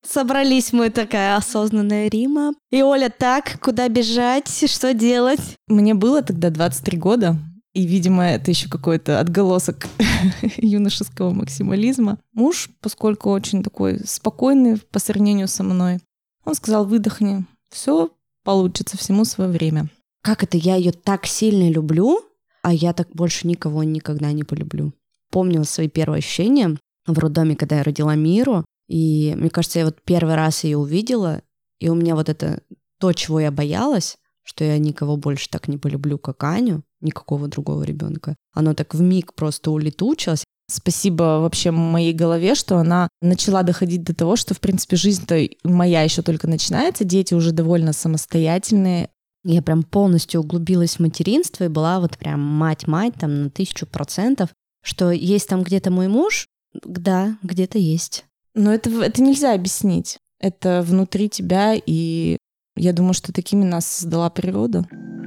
Собрались мы, такая осознанная Рима. И Оля, так, куда бежать, что делать? Мне было тогда 23 года, и, видимо, это еще какой-то отголосок юношеского максимализма. Муж, поскольку очень такой спокойный по сравнению со мной, он сказал: выдохни, все получится, всему свое время. Как это я ее так сильно люблю, а я так больше никого никогда не полюблю? Помню свои первые ощущения в роддоме, когда я родила Миру. И мне кажется, я вот первый раз ее увидела, и у меня вот это то, чего я боялась, что я никого больше так не полюблю, как Аню, никакого другого ребенка. Оно так вмиг просто улетучилось. Спасибо вообще моей голове, что она начала доходить до того, что, в принципе, жизнь-то моя еще только начинается, дети уже довольно самостоятельные. Я прям полностью углубилась в материнство и была вот прям мать-мать там на 1000%, что есть там где-то мой муж, да, где-то есть. Но это нельзя объяснить. Это внутри тебя, и я думаю, что такими нас создала природа.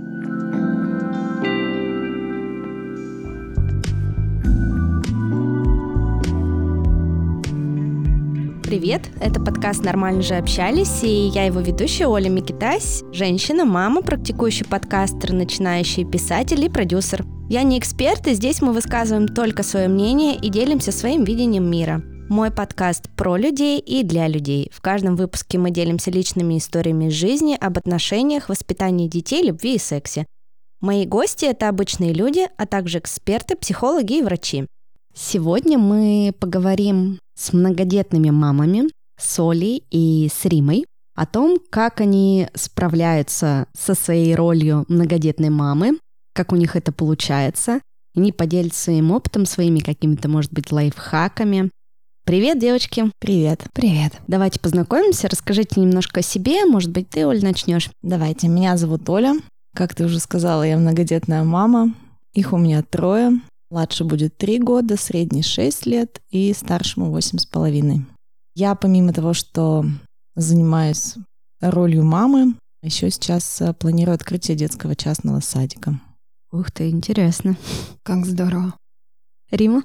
Привет, это подкаст «Нормально же общались», и я его ведущая Оля Микитась, женщина, мама, практикующий подкастер, начинающий писатель и продюсер. Я не эксперт, и здесь мы высказываем только свое мнение и делимся своим видением мира. Мой подкаст про людей и для людей. В каждом выпуске мы делимся личными историями из жизни, об отношениях, воспитании детей, любви и сексе. Мои гости – это обычные люди, а также эксперты, психологи и врачи. Сегодня мы поговорим с многодетными мамами, с Олей и с Римой, о том, как они справляются со своей ролью многодетной мамы, как у них это получается. Они поделятся своим опытом, своими какими-то, может быть, лайфхаками. Привет, девочки. Привет. Привет. Давайте познакомимся, расскажите немножко о себе. Может быть, ты, Оль, начнешь. Давайте, меня зовут Оля. Как ты уже сказала, я многодетная мама. Их у меня 3. Младше будет 3 года, средний 6 лет и старшему 8,5. Я, помимо того, что занимаюсь ролью мамы, еще сейчас планирую открытие детского частного садика. Ух ты, интересно. Как здорово. Рима?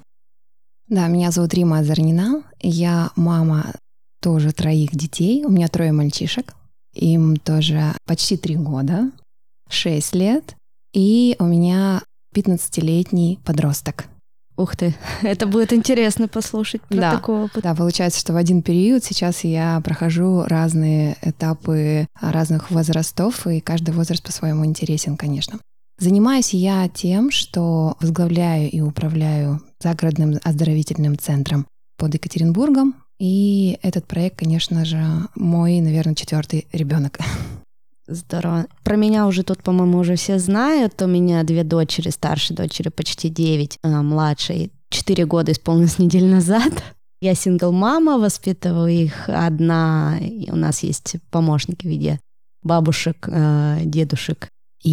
Да, меня зовут Рима Озорнина. Я мама тоже 3 детей. У меня 3 мальчишек. Им тоже почти 3 года, 6 лет. И у меня 15-летний подросток. Ух ты, это будет интересно послушать про такой опыт. Да, получается, что в один период сейчас я прохожу разные этапы разных возрастов, и каждый возраст по-своему интересен, конечно. Занимаюсь я тем, что возглавляю и управляю загородным оздоровительным центром под Екатеринбургом. И этот проект, конечно же, мой, наверное, 4-й ребенок. Здорово. Про меня уже тут, по-моему, уже все знают. У меня 2 дочери, старшей дочери почти 9, а младшей 4 года исполнилось неделю назад. Я сингл-мама, воспитываю их одна. И у нас есть помощники в виде бабушек, дедушек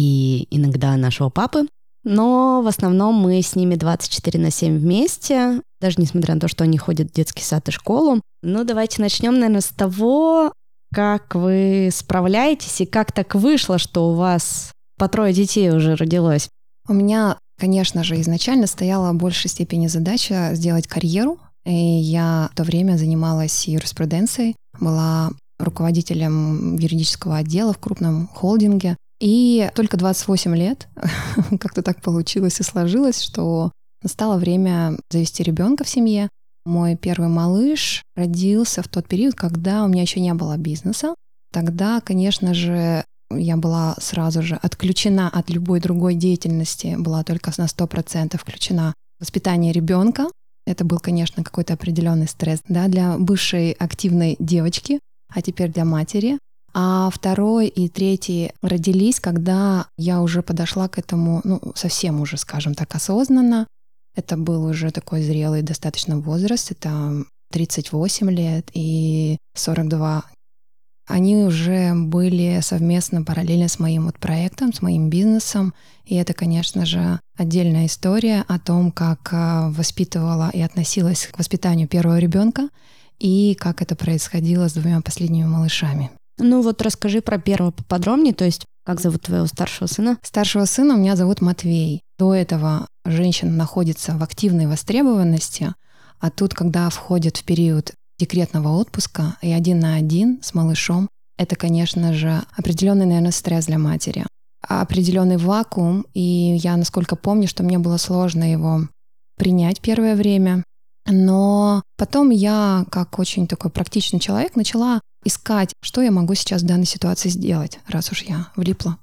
и иногда нашего папы. Но в основном мы с ними 24/7 вместе, даже несмотря на то, что они ходят в детский сад и школу. Ну, давайте начнем, наверное, с того, как вы справляетесь и как так вышло, что у вас по 3 детей уже родилось. У меня, конечно же, изначально стояла в большей степени задача сделать карьеру. И я в то время занималась юриспруденцией, была руководителем юридического отдела в крупном холдинге. И только 28 лет как-то так получилось и сложилось, что настало время завести ребенка в семье. Мой первый малыш родился в тот период, когда у меня еще не было бизнеса. Тогда, конечно же, я была сразу же отключена от любой другой деятельности, была только на 100% включена в воспитание ребенка. Это был, конечно, какой-то определенный стресс, да, для бывшей активной девочки, а теперь для матери. А 2-й и 3-й родились, когда я уже подошла к этому, совсем уже, скажем так, осознанно. Это был уже такой зрелый достаточно возраст, это 38 лет и 42. Они уже были совместно, параллельно с моим проектом, с моим бизнесом. И это, конечно же, отдельная история о том, как воспитывала и относилась к воспитанию первого ребенка и как это происходило с 2 последними малышами. Ну вот расскажи про первого поподробнее, то есть как зовут твоего старшего сына? Старшего сына у меня зовут Матвей. До этого женщина находится в активной востребованности, а тут, когда входит в период декретного отпуска и 1 на 1 с малышом — это, конечно же, определенный, наверное, стресс для матери. Определенный вакуум, и я, насколько помню, что мне было сложно его принять первое время. Но потом я, как очень такой практичный человек, начала искать, что я могу сейчас в данной ситуации сделать, раз уж я влипла.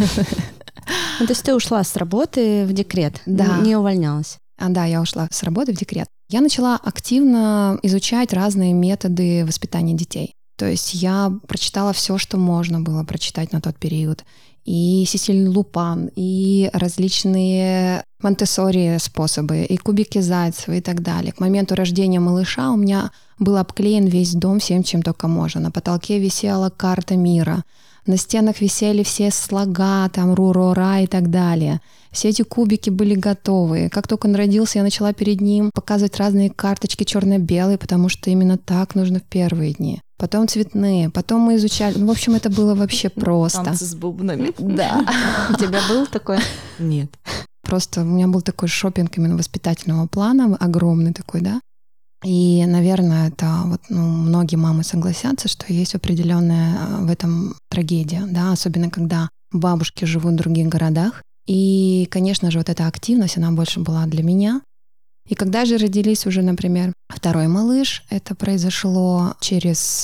То есть ты ушла с работы в декрет, да. Не увольнялась? Да, я ушла с работы в декрет. Я начала активно изучать разные методы воспитания детей. То есть я прочитала все, что можно было прочитать на тот период. И Сесиль Лупан, и различные монтессори способы, и кубики Зайцева и так далее. К моменту рождения малыша у меня был обклеен весь дом всем, чем только можно. На потолке висела карта мира. На стенах висели все слога, там ру-ро-ра и так далее. Все эти кубики были готовы. Как только он родился, я начала перед ним показывать разные карточки черно-белые, потому что именно так нужно в первые дни. Потом цветные, потом мы изучали. В общем, это было вообще просто. Танцы с бубнами. Да. У тебя был такой? Нет. Просто у меня был такой шопинг именно воспитательного плана, огромный такой, да. И, наверное, это вот, многие мамы согласятся, что есть определенная в этом трагедия, да, особенно когда бабушки живут в других городах. И, конечно же, вот эта активность, она больше была для меня. И когда же родились уже, например, второй малыш, это произошло через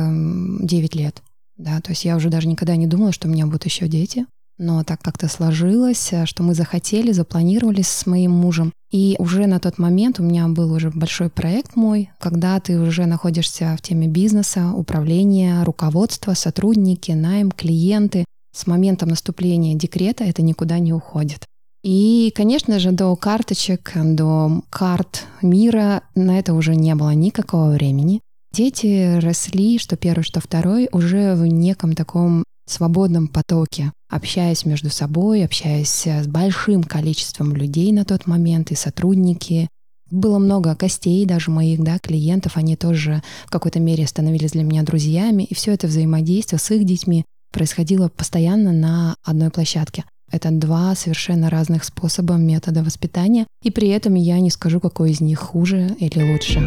9 лет. Да, то есть я уже даже никогда не думала, что у меня будут еще дети. Но так как-то сложилось, что мы захотели, запланировали с моим мужем. И уже на тот момент у меня был уже большой проект мой, когда ты уже находишься в теме бизнеса, управления, руководства, сотрудники, найм, клиенты. С моментом наступления декрета это никуда не уходит. И, конечно же, до карточек, до карт мира на это уже не было никакого времени. Дети росли, что первый, что второй, уже в неком таком свободном потоке, общаясь между собой, общаясь с большим количеством людей на тот момент, и сотрудники. Было много гостей, даже моих, да, клиентов, они тоже в какой-то мере становились для меня друзьями, и все это взаимодействие с их детьми происходило постоянно на одной площадке. Это 2 совершенно разных способа, метода воспитания, и при этом я не скажу, какой из них хуже или лучше.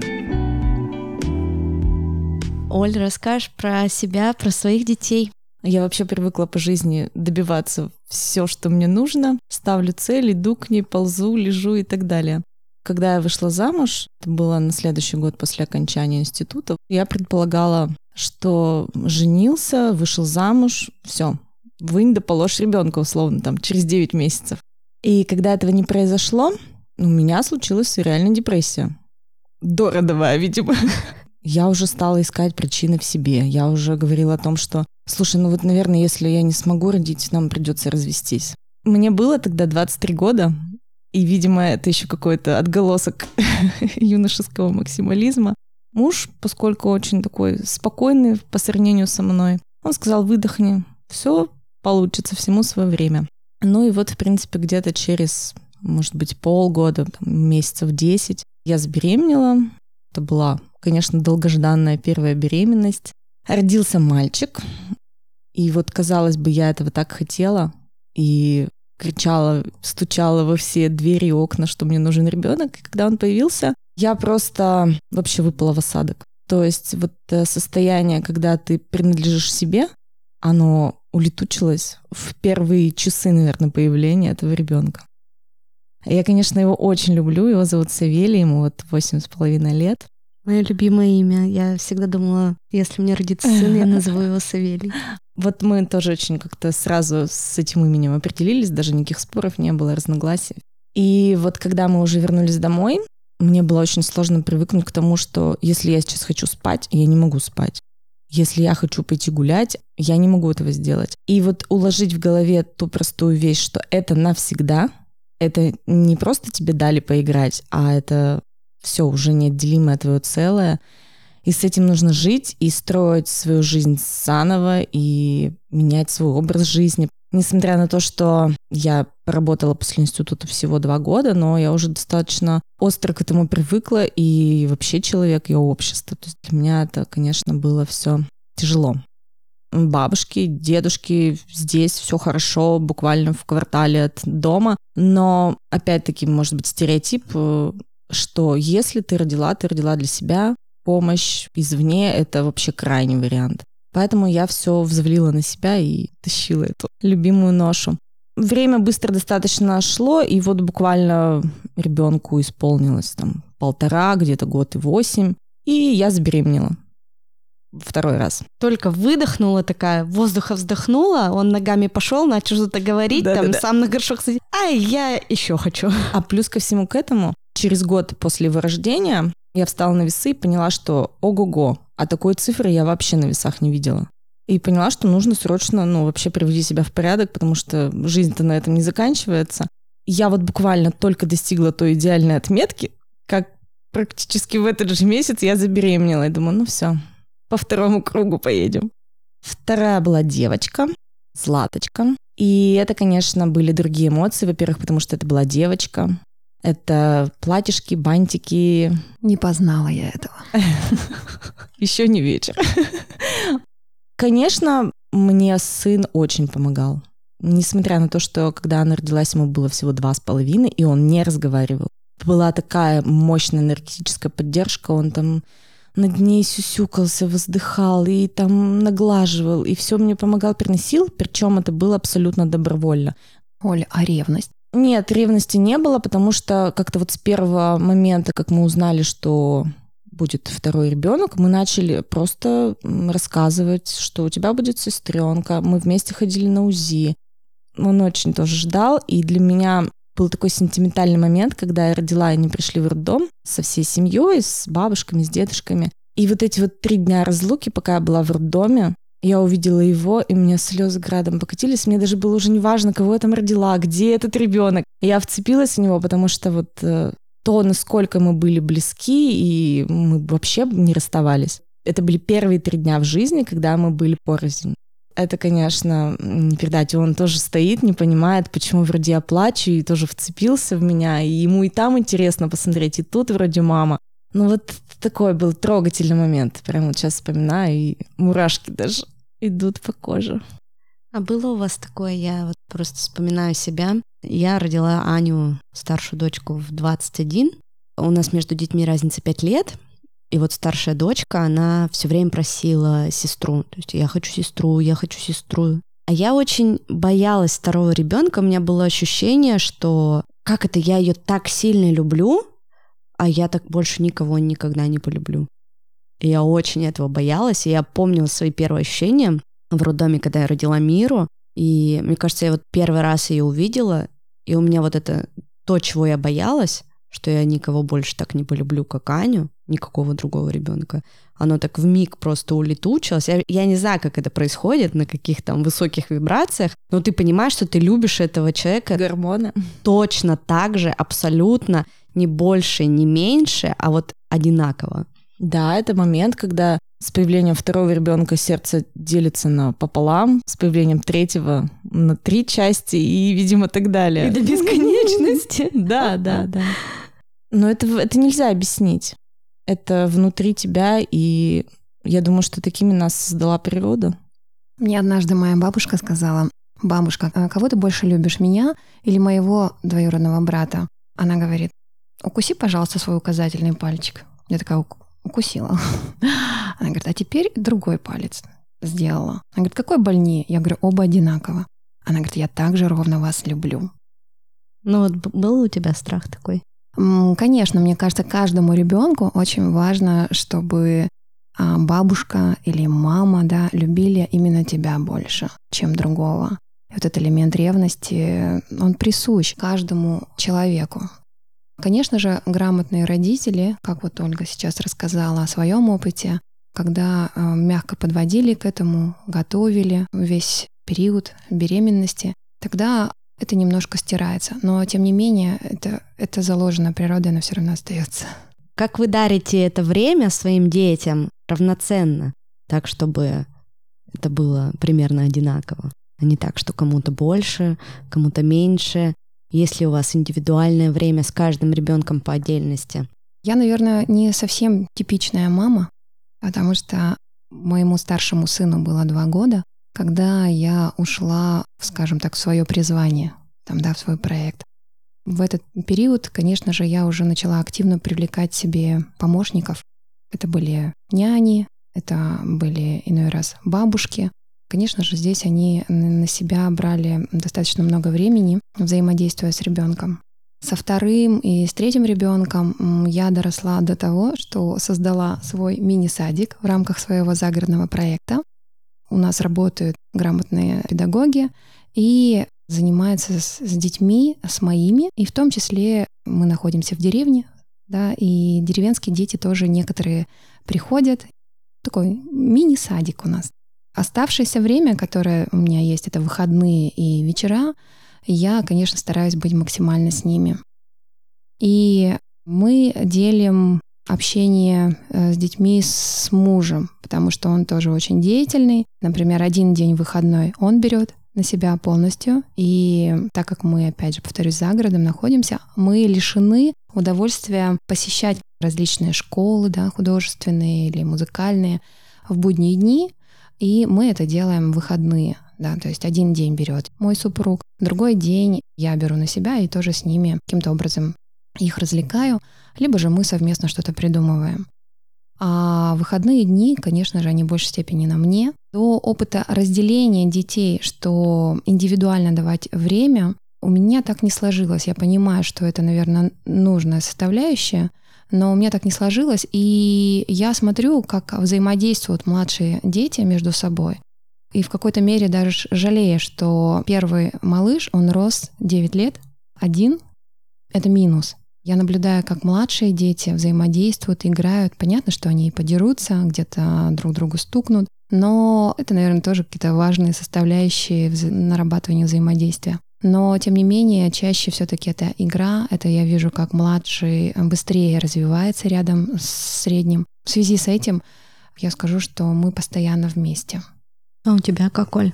Оль, расскажешь про себя, про своих детей. Я вообще привыкла по жизни добиваться все, что мне нужно. Ставлю цель, иду к ней, ползу, лежу и так далее. Когда я вышла замуж, это было на следующий год после окончания института, я предполагала, что женился, вышел замуж, все, вынь да положь ребенка, условно, там, через 9 месяцев. И когда этого не произошло, у меня случилась реальная депрессия. Дородовая, видимо. Я уже стала искать причины в себе. Я уже говорила о том, что, слушай, наверное, если я не смогу родить, нам придется развестись. Мне было тогда 23 года, и, видимо, это еще какой-то отголосок юношеского максимализма. Муж, поскольку очень такой спокойный по сравнению со мной, он сказал: выдохни, все получится, всему свое время. Ну и вот, в принципе, где-то через, может быть, полгода, месяцев 10 я забеременела. Это была, конечно, долгожданная первая беременность. Родился мальчик. И вот, казалось бы, я этого так хотела. И кричала, стучала во все двери и окна, что мне нужен ребенок. И когда он появился, я просто вообще выпала в осадок. То есть вот состояние, когда ты принадлежишь себе, оно улетучилось в первые часы, наверное, появления этого ребенка. Я, конечно, его очень люблю. Его зовут Савелий, ему вот 8,5 лет. Мое любимое имя. Я всегда думала, если мне родится сын, я назову его Савелий. Вот мы тоже очень как-то сразу с этим именем определились, даже никаких споров не было, разногласий. И вот когда мы уже вернулись домой, мне было очень сложно привыкнуть к тому, что если я сейчас хочу спать, я не могу спать. Если я хочу пойти гулять, я не могу этого сделать. И вот уложить в голове ту простую вещь, что это навсегда, это не просто тебе дали поиграть, а это все уже неотделимое твое целое. И с этим нужно жить и строить свою жизнь заново и менять свой образ жизни. Несмотря на то, что я поработала после института всего 2 года, но я уже достаточно остро к этому привыкла, и вообще человек, и общество. То есть для меня это, конечно, было все тяжело. Бабушки, дедушки, здесь все хорошо, буквально в квартале от дома. Но, опять-таки, может быть, стереотип, что если ты родила для себя, помощь извне — это вообще крайний вариант. Поэтому я все взвалила на себя и тащила эту любимую ношу. Время быстро достаточно шло, и вот буквально ребенку исполнилось 1,5, где-то год и 8, и я забеременела. 2 раз. Только выдохнула такая, воздуха вздохнула, он ногами пошел, начал что-то говорить, сам на горшок садить. Я еще хочу. А плюс ко всему к этому, через год после его рождения я встала на весы и поняла, что ого-го, а такой цифры я вообще на весах не видела. И поняла, что нужно срочно, вообще привести себя в порядок, потому что жизнь-то на этом не заканчивается. Я вот буквально только достигла той идеальной отметки, как практически в этот же месяц я забеременела. И думаю, все, по 2 кругу поедем. 2 была девочка, Златочка. И это, конечно, были другие эмоции. Во-первых, потому что это была девочка. Это платьишки, бантики. Не познала я этого. Еще не вечер. Конечно, мне сын очень помогал. Несмотря на то, что когда она родилась, ему было всего 2,5, и он не разговаривал. Была такая мощная энергетическая поддержка, он над ней сюсюкался, воздыхал и наглаживал, и все мне помогал, приносил, причем это было абсолютно добровольно. Оля, а ревность? Нет, ревности не было, потому что как-то вот с первого момента, как мы узнали, что будет 2 ребенок, мы начали просто рассказывать, что у тебя будет сестренка. Мы вместе ходили на УЗИ. Он очень тоже ждал, и для меня был такой сентиментальный момент, когда я родила, и они пришли в роддом со всей семьей, с бабушками, с дедушками. И вот эти 3 дня разлуки, пока я была в роддоме, я увидела его, и у меня слезы градом покатились. Мне даже было уже неважно, кого я там родила, где этот ребенок. Я вцепилась в него, потому что то, насколько мы были близки, и мы вообще не расставались. Это были первые 3 дня в жизни, когда мы были порознь. Это, конечно, не передать. Он тоже стоит, не понимает, почему вроде я плачу, и тоже вцепился в меня, и ему и там интересно посмотреть, и тут вроде мама. Такой был трогательный момент. Прямо сейчас вспоминаю, и мурашки даже идут по коже. А было у вас такое, я просто вспоминаю себя. Я родила Аню, старшую дочку, в 21. У нас между детьми разница 5 лет. И старшая дочка, она все время просила сестру. То есть я хочу сестру, я хочу сестру. А я очень боялась 2 ребенка. У меня было ощущение, что как это я ее так сильно люблю, а я так больше никого никогда не полюблю. И я очень этого боялась. И я помнила свои первые ощущения в роддоме, когда я родила Миру. И мне кажется, я 1 раз ее увидела, и у меня это то, чего я боялась, что я никого больше так не полюблю, как Аню, никакого другого ребенка. Оно так вмиг просто улетучилось. Я не знаю, как это происходит, на каких высоких вибрациях, но ты понимаешь, что ты любишь этого человека. Гормоны. Точно так же, абсолютно, не больше, не меньше, а одинаково. Да, это момент, когда с появлением 2 ребенка сердце делится пополам, с появлением 3 на 3 части и, видимо, так далее. И до бесконечности. Да. Но это нельзя объяснить. Это внутри тебя, и я думаю, что такими нас создала природа. Мне однажды моя бабушка сказала: «Бабушка, а кого ты больше любишь, меня или моего двоюродного брата?» Она говорит: «Укуси, пожалуйста, свой указательный пальчик». Я такая: укусила. Она говорит: «А теперь другой палец сделала». Она говорит: «Какой больнее?» Я говорю: «Оба одинаково». Она говорит: «Я также ровно вас люблю». Был у тебя страх такой? Конечно, мне кажется, каждому ребенку очень важно, чтобы бабушка или мама, любили именно тебя больше, чем другого. И этот элемент ревности, он присущ каждому человеку. Конечно же, грамотные родители, как Ольга сейчас рассказала о своем опыте, когда мягко подводили к этому, готовили весь период беременности, тогда это немножко стирается. Но, тем не менее, это заложено природой, оно все равно остается. Как вы дарите это время своим детям равноценно, так, чтобы это было примерно одинаково, а не так, что кому-то больше, кому-то меньше? Есть ли у вас индивидуальное время с каждым ребенком по отдельности? Я, наверное, не совсем типичная мама, потому что моему старшему сыну было 2 года, когда я ушла, скажем так, в свое призвание, в свой проект. В этот период, конечно же, я уже начала активно привлекать себе помощников. Это были няни, это были иной раз бабушки. Конечно же, здесь они на себя брали достаточно много времени, взаимодействуя с ребенком. Со вторым и с третьим ребенком я доросла до того, что создала свой мини-садик в рамках своего загородного проекта. У нас работают грамотные педагоги и занимаются с детьми, с моими, и в том числе мы находимся в деревне, да, и деревенские дети тоже некоторые приходят. Такой мини-садик у нас. Оставшееся время, которое у меня есть, это выходные и вечера, я, конечно, стараюсь быть максимально с ними. И мы делим общение с детьми с мужем, потому что он тоже очень деятельный. Например, один день выходной он берет на себя полностью. И так как мы, опять же, повторюсь, за городом находимся, мы лишены удовольствия посещать различные школы, да, художественные или музыкальные в будние дни. И мы это делаем в выходные. Да, то есть один день берет мой супруг, другой день я беру на себя и тоже с ними каким-то образом их развлекаю, либо же мы совместно что-то придумываем. А выходные дни, конечно же, они в большей степени на мне. До опыта разделения детей, что индивидуально давать время, у меня так не сложилось. Я понимаю, что это, наверное, нужная составляющая, но у меня так не сложилось, и я смотрю, как взаимодействуют младшие дети между собой. И в какой-то мере даже жалею, что первый малыш, он рос 9 лет, один. Это минус. Я наблюдаю, как младшие дети взаимодействуют, играют. Понятно, что они и подерутся, где-то друг другу стукнут. Но это, наверное, тоже какие-то важные составляющие нарабатывания взаимодействия. Но, тем не менее, чаще все-таки это игра. Это я вижу, как младший быстрее развивается рядом с средним. В связи с этим я скажу, что мы постоянно вместе. А у тебя как, Оль?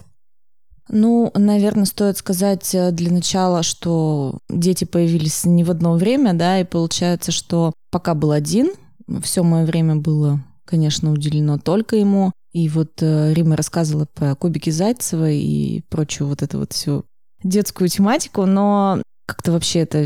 Ну, наверное, стоит сказать для начала, что дети появились не в одно время, да, и получается, что пока был один, все мое время было, конечно, уделено только ему. И вот Рима рассказывала про кубики Зайцева и прочую вот эту вот всю детскую тематику, но как-то вообще это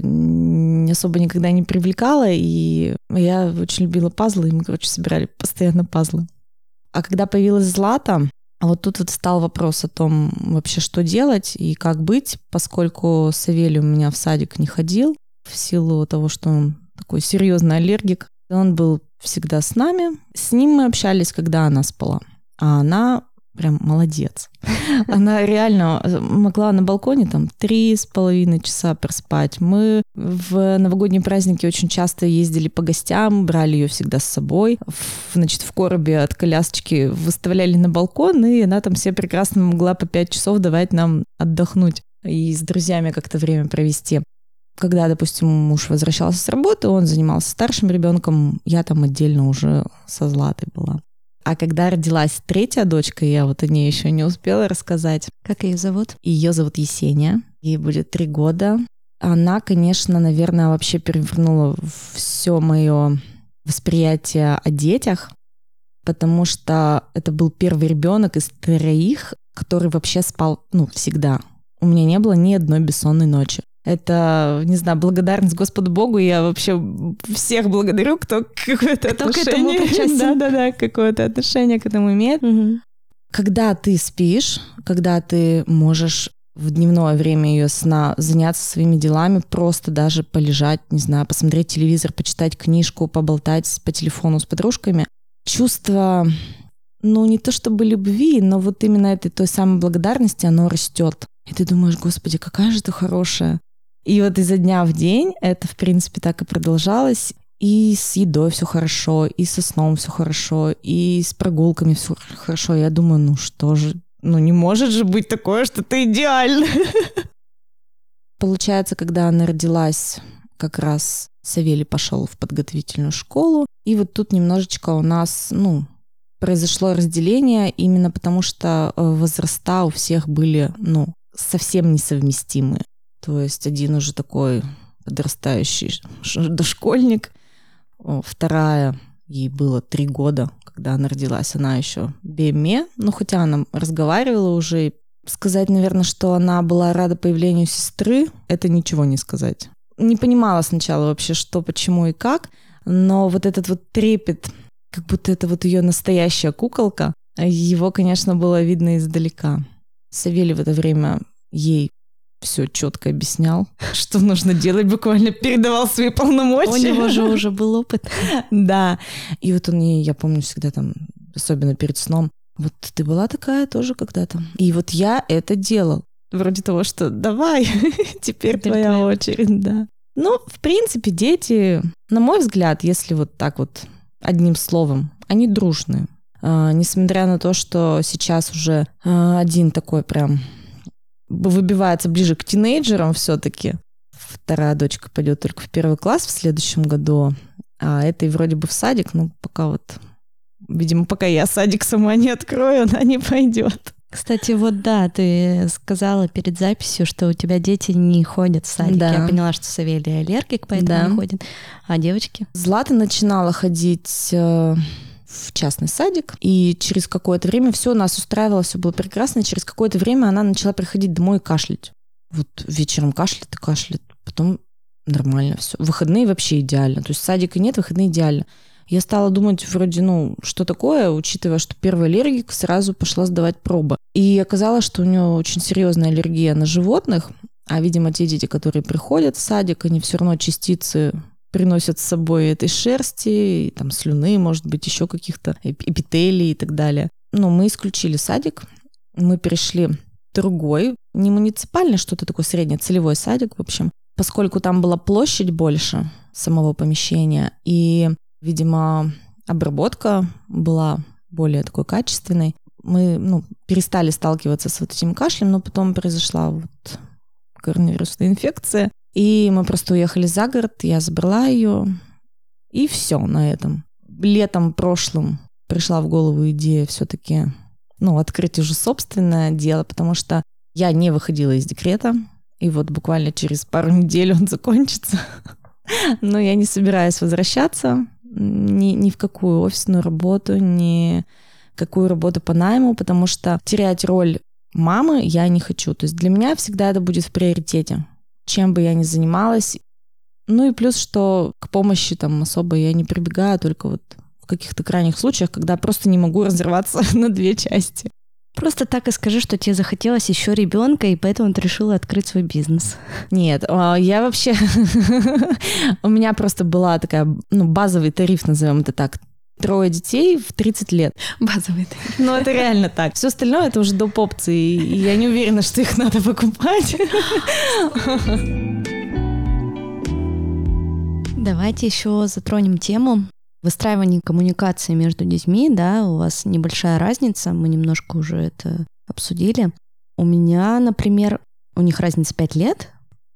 особо никогда не привлекало, и я очень любила пазлы, и мы, собирали постоянно пазлы. А когда появилась Злата, вот тут вот встал вопрос о том вообще, что делать и как быть, поскольку Савелий у меня в садик не ходил в силу того, что он такой серьезный аллергик. Он был всегда с нами. С ним мы общались, когда она спала. А она прям молодец. Она реально могла на балконе там 3,5 часа проспать. Мы в новогодние праздники очень часто ездили по гостям, брали ее всегда с собой. Значит, в коробе от колясочки выставляли на балкон, и она там себе прекрасно могла по 5 часов давать нам отдохнуть и с друзьями как-то время провести. Когда, допустим, муж возвращался с работы, он занимался старшим ребенком, я там отдельно уже со Златой была. А когда родилась третья дочка, я вот о ней еще не успела рассказать. Как ее зовут? Ее зовут Есения, ей будет 3 года. Она, конечно, наверное, вообще перевернула все мое восприятие о детях, потому что это был первый ребенок из 3, который вообще спал, всегда. У меня не было ни одной бессонной ночи. Это, не знаю, благодарность Господу Богу. Я вообще всех благодарю, кто какое-то отношение. Да, какое-то отношение к этому имеет. Угу. Когда ты спишь, когда ты можешь в дневное время ее сна заняться своими делами, просто даже полежать, не знаю, посмотреть телевизор, почитать книжку, поболтать по телефону с подружками, чувство, не то чтобы любви, но вот именно этой той самой благодарности, оно растет. И ты думаешь, Господи, какая же ты хорошая. И вот изо дня в день это, в принципе, так и продолжалось. И с едой все хорошо, и со сном все хорошо, и с прогулками все хорошо. Я думаю, что же, не может же быть такое, что ты идеальна. Получается, когда она родилась, как раз Савелий пошел в подготовительную школу. И вот тут немножечко у нас, произошло разделение, именно потому что возраста у всех были, совсем несовместимые. То есть один уже такой подрастающий дошкольник, вторая, ей было 3 года, когда она родилась, она еще беме, хотя она разговаривала уже. Сказать, наверное, что она была рада появлению сестры, это ничего не сказать. Не понимала сначала вообще, что, почему и как, но вот этот вот трепет как будто это вот ее настоящая куколка. Его, конечно, было видно издалека. Савелий в это время ей все четко объяснял, что нужно делать, буквально передавал свои полномочия. У него же уже был опыт. Да. И вот он ей, я помню, всегда там, особенно перед сном, вот ты была такая тоже когда-то. И вот я это делал. Вроде того, что давай, теперь твоя очередь, да. Ну, в принципе, дети, на мой взгляд, если вот так вот одним словом, они дружные. Несмотря на то, что сейчас уже один такой прям выбивается ближе к тинейджерам все-таки. Вторая дочка пойдет только в 1 класс в следующем году, а этой вроде бы в садик, но пока вот, видимо, пока я садик сама не открою, она не пойдет. Кстати, вот да, ты сказала перед записью, что у тебя дети не ходят в садик. Да. Я поняла, что Савелий аллергик, поэтому не ходит. А девочки? Злата начинала ходить в частный садик, и через какое-то время все нас устраивало, все было прекрасно, и через какое-то время она начала приходить домой и кашлять. Вот вечером кашляет и кашляет, потом нормально все. Выходные вообще идеально, то есть садика нет, выходные идеально. Я стала думать вроде, что такое, учитывая, что первый аллергик, сразу пошла сдавать пробы. И оказалось, что у нее очень серьезная аллергия на животных, а, видимо, те дети, которые приходят в садик, они все равно частицы приносят с собой этой шерсти, там слюны, может быть, еще каких-то эпителий и так далее. Но мы исключили садик, мы перешли в другой, не муниципальный, что-то такое средний, целевой садик, в общем, поскольку там была площадь больше самого помещения, и, видимо, обработка была более такой качественной, мы перестали сталкиваться с вот этим кашлем, но потом произошла вот коронавирусная инфекция, и мы просто уехали за город, я забрала ее, и все на этом. Летом прошлым пришла в голову идея все-таки, открыть уже собственное дело, потому что я не выходила из декрета, и вот буквально через пару недель он закончится. Но я не собираюсь возвращаться ни в какую офисную работу, ни какую работу по найму, потому что терять роль мамы я не хочу. То есть для меня всегда это будет в приоритете, чем бы я ни занималась. И плюс, что к помощи там особо я не прибегаю, только вот в каких-то крайних случаях, когда просто не могу разорваться на 2 части. Просто так и скажи, что тебе захотелось еще ребенка, и поэтому ты решила открыть свой бизнес. Нет, я вообще... У меня просто была такая, базовый тариф, назовем это так. 3 детей в 30 лет. Базовый тариф. Это реально так. Все остальное это уже доп. Опции, и я не уверена, что их надо покупать. Давайте еще затронем тему выстраивания коммуникации между детьми, да, у вас небольшая разница, мы немножко уже это обсудили. У меня, например, у них разница 5 лет,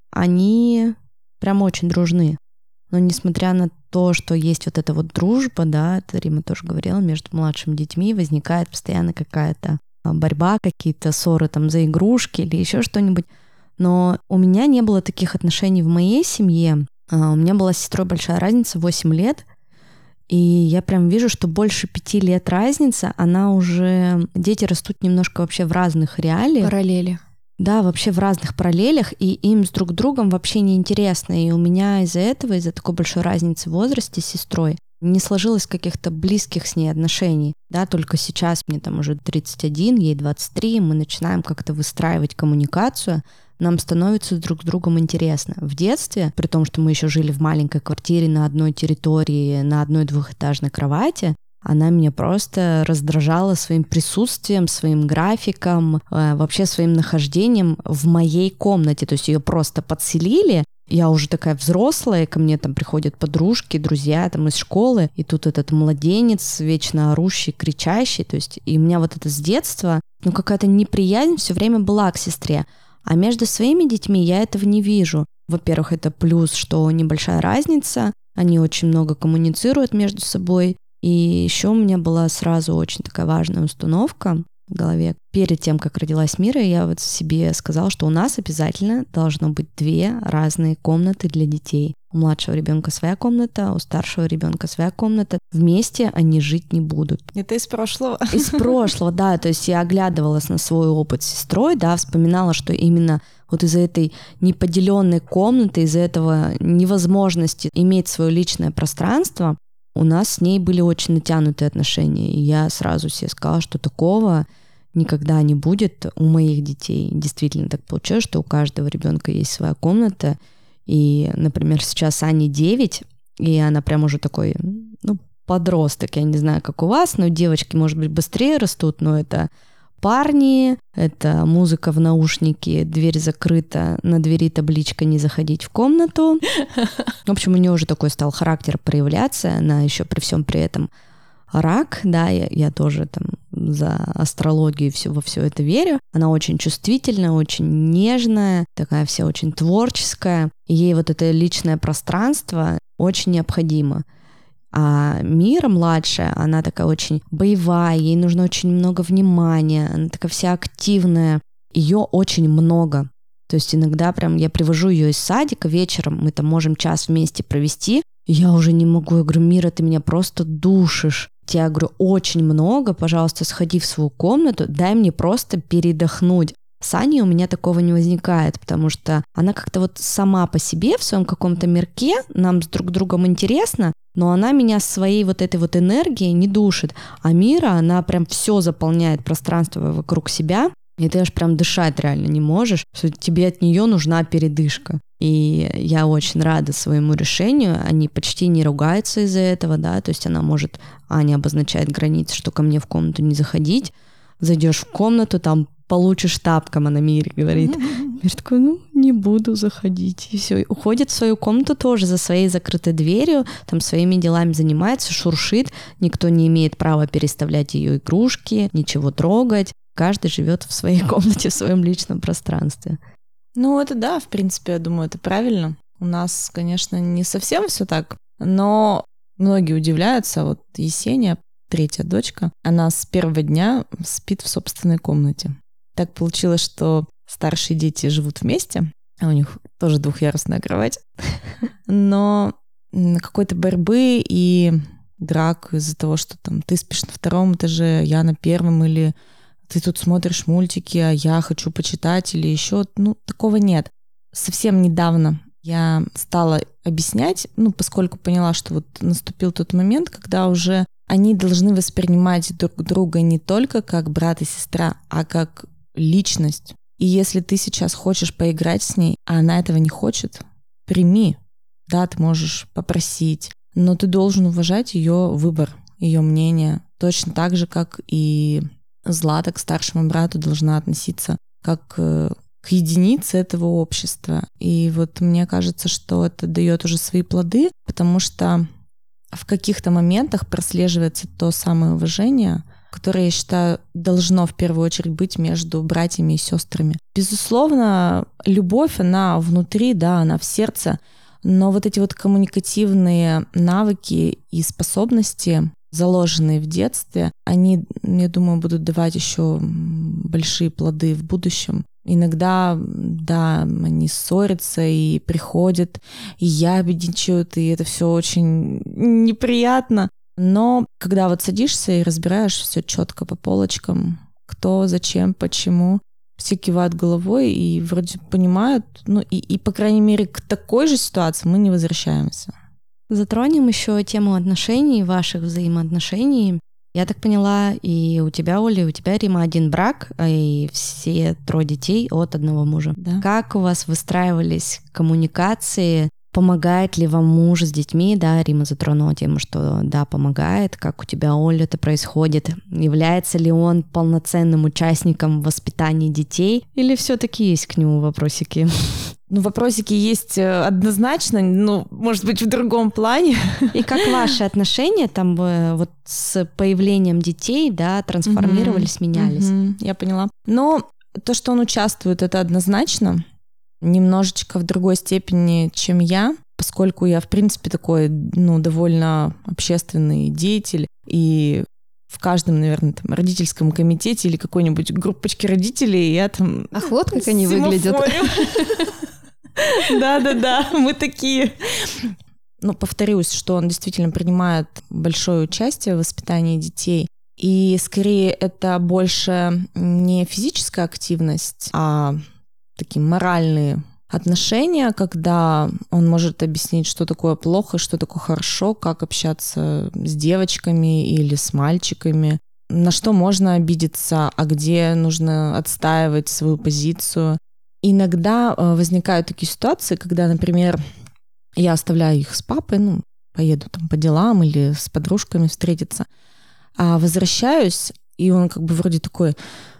они прям очень дружны. Но несмотря на то, что есть вот эта вот дружба, да, это Рима тоже говорила, между младшими детьми возникает постоянно какая-то борьба, какие-то ссоры там за игрушки или еще что-нибудь. Но у меня не было таких отношений в моей семье. У меня была с сестрой большая разница, 8 лет. И я прям вижу, что больше 5 лет разница, она уже... Дети растут немножко вообще в разных реалиях. Параллели. Да, вообще в разных параллелях, и им с друг другом вообще неинтересно. И у меня из-за этого, из-за такой большой разницы в возрасте с сестрой, не сложилось каких-то близких с ней отношений. Да, только сейчас мне там уже 31, ей 23, мы начинаем как-то выстраивать коммуникацию, нам становится друг с другом интересно. В детстве, при том, что мы еще жили в маленькой квартире на одной территории, на одной двухэтажной кровати, она меня просто раздражала своим присутствием, своим графиком, вообще своим нахождением в моей комнате. То есть ее просто подселили. Я уже такая взрослая, ко мне там приходят подружки, друзья там из школы, и тут этот младенец, вечно орущий, кричащий. То есть и у меня вот это с детства, какая-то неприязнь все время была к сестре. А между своими детьми я этого не вижу. Во-первых, это плюс, что небольшая разница, они очень много коммуницируют между собой. И еще у меня была сразу очень такая важная установка в голове. Перед тем, как родилась Мира, я вот себе сказала, что у нас обязательно должно быть 2 разные комнаты для детей. У младшего ребенка своя комната, у старшего ребенка своя комната. Вместе они жить не будут. Это из прошлого. Из прошлого, да. То есть я оглядывалась на свой опыт с сестрой, да, вспоминала, что именно вот из-за этой неподеленной комнаты, из-за этого невозможности иметь свое личное пространство, у нас с ней были очень натянутые отношения. И я сразу себе сказала, что такого никогда не будет у моих детей. Действительно так получилось, что у каждого ребенка есть своя комната. И, например, сейчас Ане 9, и она прям уже такой, подросток. Я не знаю, как у вас, но девочки, может быть, быстрее растут, но это парни, это музыка в наушнике, дверь закрыта, на двери табличка «Не заходить в комнату». В общем, у нее уже такой стал характер проявляться, она еще при всем при этом рак, да, я тоже там за астрологию во все это верю. Она очень чувствительная, очень нежная, такая вся очень творческая. И ей вот это личное пространство очень необходимо. А Мира младшая, она такая очень боевая, ей нужно очень много внимания, она такая вся активная, ее очень много. То есть иногда прям я привожу ее из садика вечером, мы там можем час вместе провести, и я уже не могу, я говорю, Мира, ты меня просто душишь. Я говорю, очень много, пожалуйста, сходи в свою комнату, дай мне просто передохнуть. С Аней у меня такого не возникает, потому что она как-то вот сама по себе в своем каком-то мирке, нам с друг другом интересно, но она меня своей вот этой вот энергией не душит. А Мира, она прям все заполняет пространство вокруг себя, и ты аж прям дышать реально не можешь, что тебе от нее нужна передышка. И я очень рада своему решению, они почти не ругаются из-за этого, да, то есть она может, Аня обозначает границы, что ко мне в комнату не заходить, зайдешь в комнату, там получишь тапком, она Мире говорит. Мир такой, не буду заходить. И все, уходит в свою комнату тоже за своей закрытой дверью, там своими делами занимается, шуршит, никто не имеет права переставлять ее игрушки, ничего трогать. Каждый живет в своей комнате, в своем личном пространстве. Это да, в принципе, я думаю, это правильно. У нас, конечно, не совсем все так, но многие удивляются. Вот Есения, 3-я дочка, она с первого дня спит в собственной комнате. Так получилось, что старшие дети живут вместе, а у них тоже 2-ярусная кровать. Но какой-то борьбы и драк из-за того, что там ты спишь на 2-м этаже, я на 1-м, или ты тут смотришь мультики, а я хочу почитать, или еще, такого нет. Совсем недавно я стала объяснять, поскольку поняла, что вот наступил тот момент, когда уже они должны воспринимать друг друга не только как брат и сестра, а как личность. И если ты сейчас хочешь поиграть с ней, а она этого не хочет, прими. Да, ты можешь попросить, но ты должен уважать ее выбор, ее мнение. Точно так же, как и Злата к старшему брату должна относиться как к единице этого общества. И вот мне кажется, что это дает уже свои плоды, потому что в каких-то моментах прослеживается то самое уважение, которое, я считаю, должно в первую очередь быть между братьями и сестрами. Безусловно, любовь, она внутри, да, она в сердце, но вот эти вот коммуникативные навыки и способности, заложенные в детстве, они, я думаю, будут давать еще большие плоды в будущем. Иногда, да, они ссорятся и приходят, и ябедничают, и это все очень неприятно. Но когда вот садишься и разбираешь все четко по полочкам, кто, зачем, почему, все кивают головой и вроде понимают, и по крайней мере к такой же ситуации мы не возвращаемся. Затронем еще тему отношений, ваших взаимоотношений. Я так поняла, и у тебя, Оля, и у тебя, Рима, 1 брак, и все 3 детей от одного мужа. Да. Как у вас выстраивались коммуникации? Помогает ли вам муж с детьми? Да, Рима затронула тему, что да, помогает. Как у тебя, Оля, это происходит? Является ли он полноценным участником воспитания детей? Или все-таки есть к нему вопросики? Вопросики есть однозначно, может быть, в другом плане. И как ваши отношения там вот с появлением детей, да, трансформировались, менялись? Я поняла. Но то, что он участвует, это однозначно. Немножечко в другой степени, чем я, поскольку я, в принципе, такой, довольно общественный деятель, и в каждом, наверное, там, родительском комитете или какой-нибудь группочке родителей я там... Ах, вот как они выглядят. Да, мы такие. Повторюсь, что он действительно принимает большое участие в воспитании детей. И скорее это больше не физическая активность, а такие моральные отношения, когда он может объяснить, что такое плохо, что такое хорошо, как общаться с девочками или с мальчиками, на что можно обидеться, а где нужно отстаивать свою позицию. Иногда возникают такие ситуации, когда, например, я оставляю их с папой, поеду там по делам или с подружками встретиться, а возвращаюсь, и он как бы вроде такой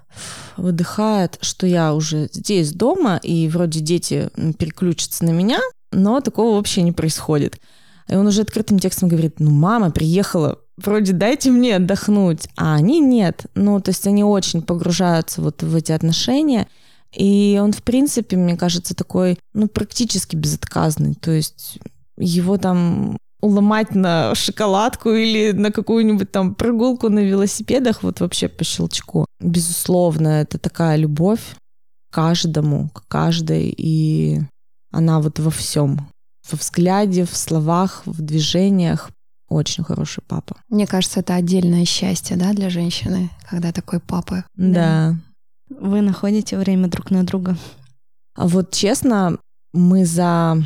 выдыхает, что я уже здесь дома, и вроде дети переключатся на меня, но такого вообще не происходит. И он уже открытым текстом говорит: мама приехала, вроде дайте мне отдохнуть, а они нет. То есть они очень погружаются вот в эти отношения, и он, в принципе, мне кажется, такой, практически безотказный, то есть его там уломать на шоколадку или на какую-нибудь там прогулку на велосипедах вот вообще по щелчку. Безусловно, это такая любовь к каждому, к каждой, и она вот во всем. Во взгляде, в словах, в движениях. Очень хороший папа. Мне кажется, это отдельное счастье, да, для женщины, когда такой папа. Да. Вы находите время друг на друга? А вот честно, мы за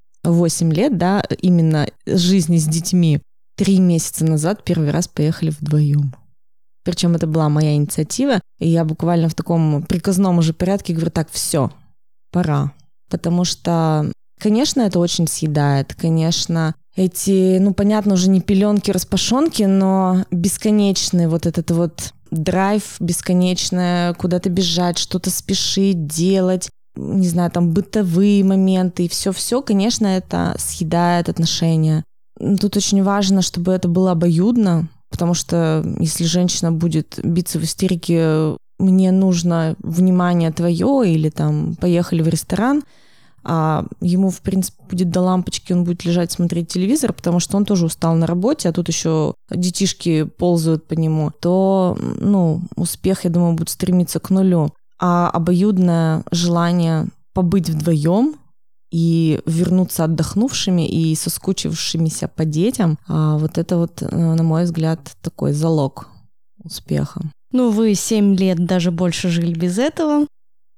8 лет, да, именно жизни с детьми, 3 месяца назад первый раз поехали вдвоем. Причем это была моя инициатива, и я буквально в таком приказном уже порядке говорю: так, все, пора. Потому что, конечно, это очень съедает, конечно, эти, понятно, уже не пеленки-распашонки, но бесконечный вот этот вот драйв, бесконечное куда-то бежать, что-то спешить, делать, не знаю, там бытовые моменты и все-все, конечно, это съедает отношения. Тут очень важно, чтобы это было обоюдно, потому что если женщина будет биться в истерике: мне нужно внимание твое, или там поехали в ресторан, а ему, в принципе, будет до лампочки, он будет лежать смотреть телевизор, потому что он тоже устал на работе, а тут еще детишки ползают по нему, то, успех, я думаю, будет стремиться к нулю. А обоюдное желание побыть вдвоем и вернуться отдохнувшими и соскучившимися по детям, вот это вот, на мой взгляд, такой залог успеха. Вы 7 лет даже больше жили без этого?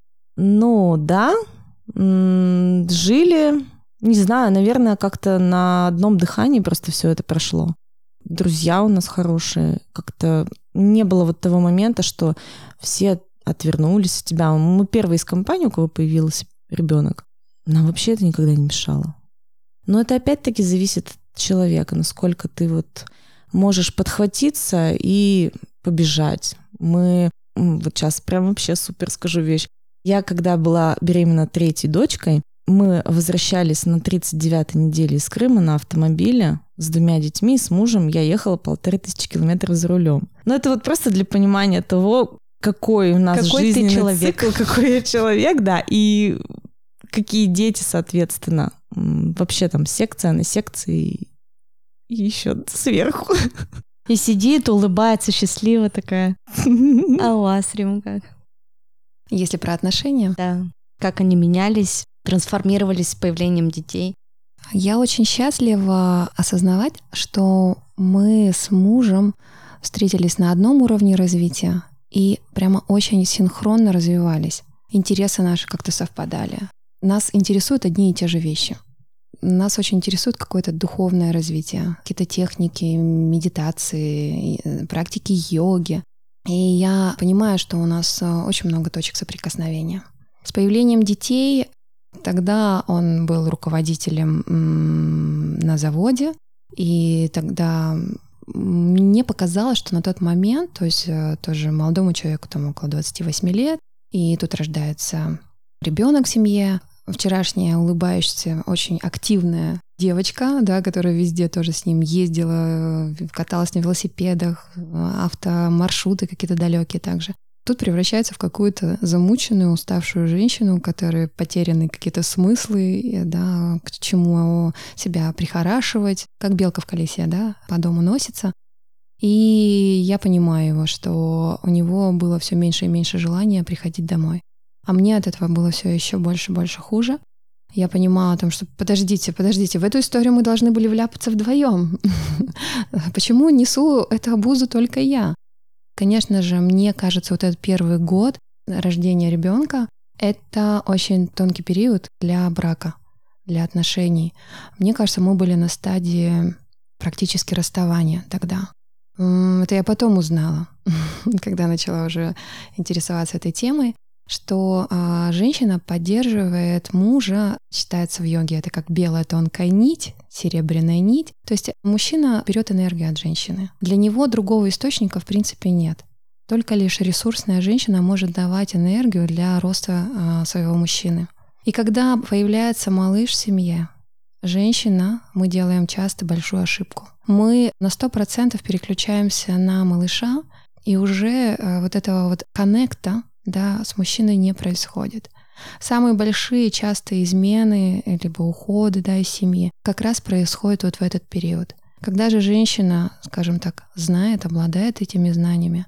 Да. Жили, не знаю, наверное, как-то на одном дыхании просто все это прошло. Друзья у нас хорошие. Как-то не было вот того момента, что все отвернулись от тебя. Мы первые из компании, у кого появился ребенок. Нам вообще это никогда не мешало. Но это опять-таки зависит от человека, насколько ты вот можешь подхватиться и побежать. Мы вот сейчас прям вообще супер скажу вещь. Я, когда была беременна 3-й дочкой, мы возвращались на 39-й неделе из Крыма на автомобиле с 2 детьми, с мужем. Я ехала 1500 километров за рулем. Это вот просто для понимания того, какой у нас жизненный человек. цикл, какой я человек, да, и какие дети, соответственно. Вообще там секция на секции и еще сверху. И сидит, улыбается, счастлива такая. А у вас, Рим, как? Если про отношения? Да. Как они менялись, трансформировались с появлением детей? Я очень счастлива осознавать, что мы с мужем встретились на одном уровне развития и прямо очень синхронно развивались. Интересы наши как-то совпадали. Нас интересуют одни и те же вещи. Нас очень интересует какое-то духовное развитие, какие-то техники, медитации, практики йоги. И я понимаю, что у нас очень много точек соприкосновения. С появлением детей, тогда он был руководителем на заводе, и тогда мне показалось, что на тот момент, то есть тоже молодому человеку, там около 28 лет, и тут рождается ребенок в семье, вчерашняя улыбающаяся, очень активная девочка, да, которая везде тоже с ним ездила, каталась на велосипедах, автомаршруты какие-то далекие также. Тут превращается в какую-то замученную, уставшую женщину, у которой потеряны какие-то смыслы, да, к чему себя прихорашивать, как белка в колесе, да, по дому носится. И я понимаю его, что у него было все меньше и меньше желания приходить домой. А мне от этого было все еще больше и больше хуже. Я понимала о том, что подождите, в эту историю мы должны были вляпаться вдвоем. Почему несу эту обузу только я? Конечно же, мне кажется, вот этот первый год рождения ребенка Это очень тонкий период для брака, для отношений. Мне кажется, мы были на стадии практически расставания тогда. Это я потом узнала, когда начала уже интересоваться этой темой, что женщина поддерживает мужа, считается в йоге, это как белая тонкая нить, серебряная нить. То есть мужчина берет энергию от женщины. Для него другого источника в принципе нет. Только лишь ресурсная женщина может давать энергию для роста своего мужчины. И когда появляется малыш в семье, женщина, мы делаем часто большую ошибку. Мы на 100% переключаемся на малыша, и уже вот этого вот коннекта, да, с мужчиной не происходит. Самые большие частые измены либо уходы, да, из семьи как раз происходят вот в этот период. Когда же женщина, скажем так, знает, обладает этими знаниями,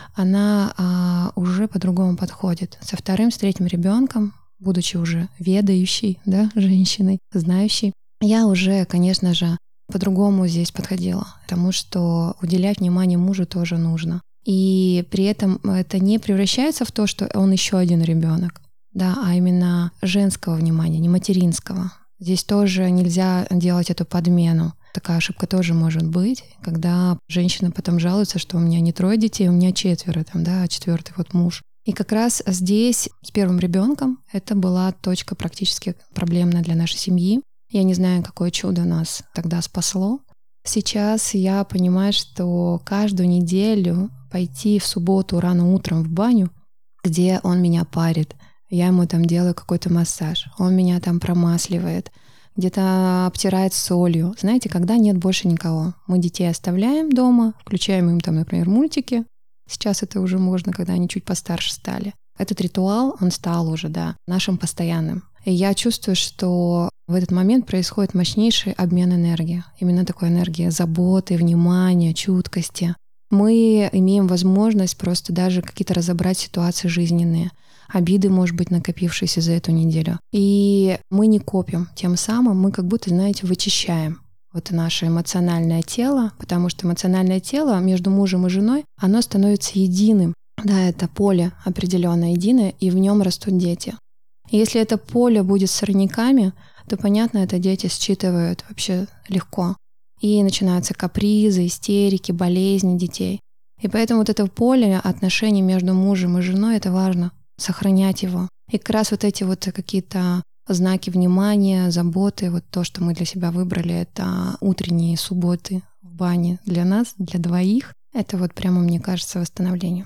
она уже по-другому подходит. Со вторым, с третьим ребенком, будучи уже ведающей, да, женщиной, знающей, я уже, конечно же, по-другому здесь подходила, потому что уделять внимание мужу тоже нужно. И при этом это не превращается в то, что он еще один ребенок, да, а именно женского внимания, не материнского. Здесь тоже нельзя делать эту подмену. Такая ошибка тоже может быть, когда женщина потом жалуется, что у меня не 3 детей, у меня 4, там, да, а 4-й вот муж. И как раз здесь с первым ребенком это была точка практически проблемная для нашей семьи. Я не знаю, какое чудо нас тогда спасло. Сейчас я понимаю, что каждую неделю пойти в субботу рано утром в баню, где он меня парит, я ему там делаю какой-то массаж, он меня там промасливает, где-то обтирает солью. Знаете, когда нет больше никого, мы детей оставляем дома, включаем им там, например, мультики. Сейчас это уже можно, когда они чуть постарше стали. Этот ритуал, он стал уже, да, нашим постоянным. И я чувствую, что в этот момент происходит мощнейший обмен энергии. Именно такой энергии заботы, внимания, чуткости. Мы имеем возможность просто даже какие-то разобрать ситуации жизненные, обиды, может быть, накопившиеся за эту неделю. И мы не копим. Тем самым мы как будто, знаете, вычищаем вот наше эмоциональное тело, потому что эмоциональное тело между мужем и женой, оно становится единым. Да, это поле определенное единое, и в нем растут дети. И если это поле будет с сорняками, то, понятно, это дети считывают вообще легко. И начинаются капризы, истерики, болезни детей. И поэтому вот это поле отношений между мужем и женой, это важно, сохранять его. И как раз вот эти вот какие-то знаки внимания, заботы, вот то, что мы для себя выбрали, это утренние субботы в бане для нас, для двоих. Это вот прямо, мне кажется, восстановление.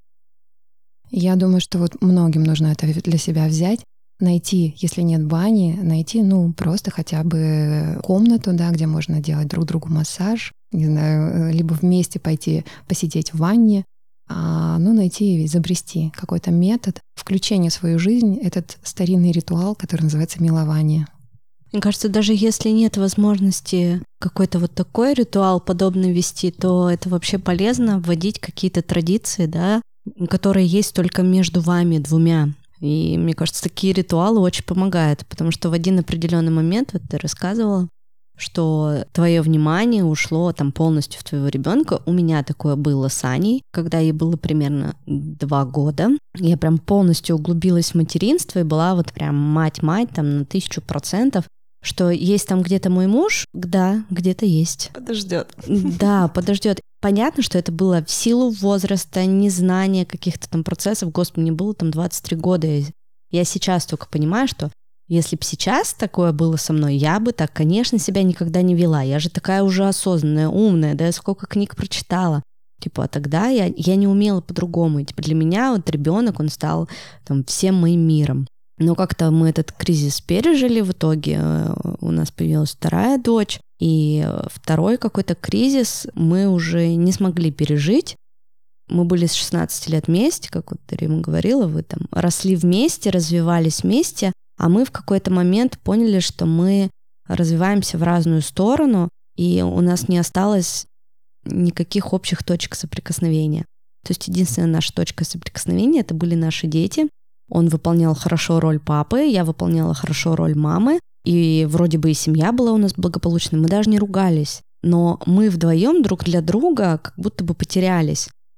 Я думаю, что вот многим нужно это для себя взять. Найти, если нет бани, найти, просто хотя бы комнату, да, где можно делать друг другу массаж, не знаю, либо вместе пойти посидеть в ванне, найти, изобрести какой-то метод включения в свою жизнь, этот старинный ритуал, который называется милование. Мне кажется, даже если нет возможности какой-то вот такой ритуал подобный вести, то это вообще полезно вводить какие-то традиции, да, которые есть только между вами двумя. И мне кажется, такие ритуалы очень помогают, потому что в один определенный момент, вот ты рассказывала, что твое внимание ушло там полностью в твоего ребенка. У меня такое было с Аней, когда ей было примерно 2 года. Я прям полностью углубилась в материнство и была вот прям мать-мать там на 1000%. Что есть там где-то мой муж, да, где-то есть. Подождет. Да, подождет. Понятно, что это было в силу возраста, незнания каких-то там процессов. Господи, мне было там 23 года. Я сейчас только понимаю, что если бы сейчас такое было со мной, я бы так, конечно, себя никогда не вела. Я же такая уже осознанная, умная, да, я сколько книг прочитала. А тогда я не умела по-другому. И для меня вот ребенок, он стал там всем моим миром. Но как-то мы этот кризис пережили в итоге. У нас появилась 2-я дочь. И 2-й какой-то кризис мы уже не смогли пережить. Мы были с 16 лет вместе, как вот Рима говорила, вы там росли вместе, развивались вместе, а мы в какой-то момент поняли, что мы развиваемся в разную сторону, и у нас не осталось никаких общих точек соприкосновения. То есть единственная наша точка соприкосновения — это были наши дети. Он выполнял хорошо роль папы, я выполняла хорошо роль мамы, и вроде бы и семья была у нас благополучной, мы даже не ругались. Но мы вдвоем друг для друга как будто бы потерялись.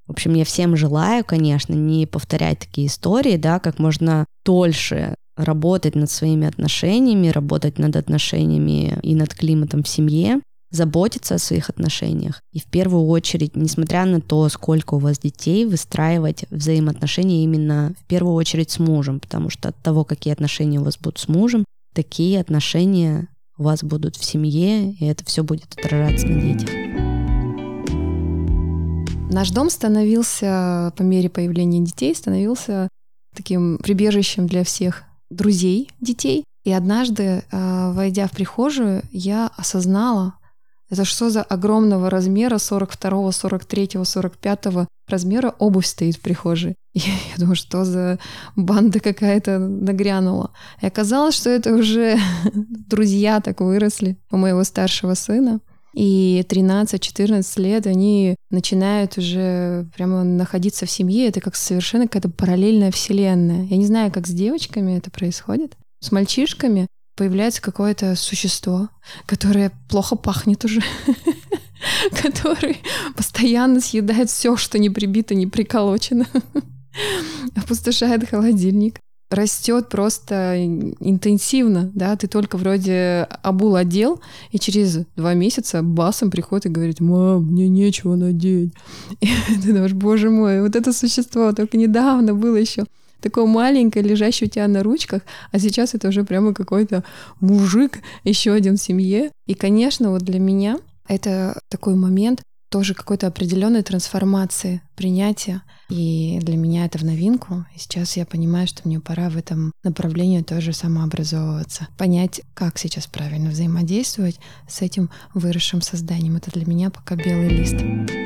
В общем, я всем желаю, конечно, не повторять такие истории, да, как можно дольше работать над своими отношениями, работать над отношениями и над климатом в семье, заботиться о своих отношениях. И в первую очередь, несмотря на то, сколько у вас детей, выстраивать взаимоотношения именно в первую очередь с мужем, потому что от того, какие отношения у вас будут с мужем, такие отношения у вас будут в семье, и это все будет отражаться на детях. Наш дом становился, по мере появления детей, становился таким прибежищем для всех друзей детей. И однажды, войдя в прихожую, я осознала, это что за огромного размера, 42-го, 43-го, 45-го размера обувь стоит в прихожей. И я думаю, что за банда какая-то нагрянула. И оказалось, что это уже друзья так выросли у моего старшего сына. И 13-14 лет они начинают уже прямо находиться в семье. Это как совершенно какая-то параллельная вселенная. Я не знаю, как с девочками это происходит. С мальчишками появляется какое-то существо, которое плохо пахнет уже, который постоянно съедает все, что не прибито, не приколочено, опустошает холодильник. Растет просто интенсивно, да, ты только вроде обул одел, и через 2 месяца басом приходит и говорит: «Мам, мне нечего надеть». И ты думаешь: боже мой, вот это существо только недавно было еще такое маленькое, лежащее у тебя на ручках, а сейчас это уже прямо какой-то мужик, еще один в семье. И, конечно, вот для меня это такой момент тоже какой-то определенной трансформации, принятия. И для меня это в новинку. И сейчас я понимаю, что мне пора в этом направлении тоже самообразовываться. Понять, как сейчас правильно взаимодействовать с этим выросшим созданием. Это для меня пока белый лист.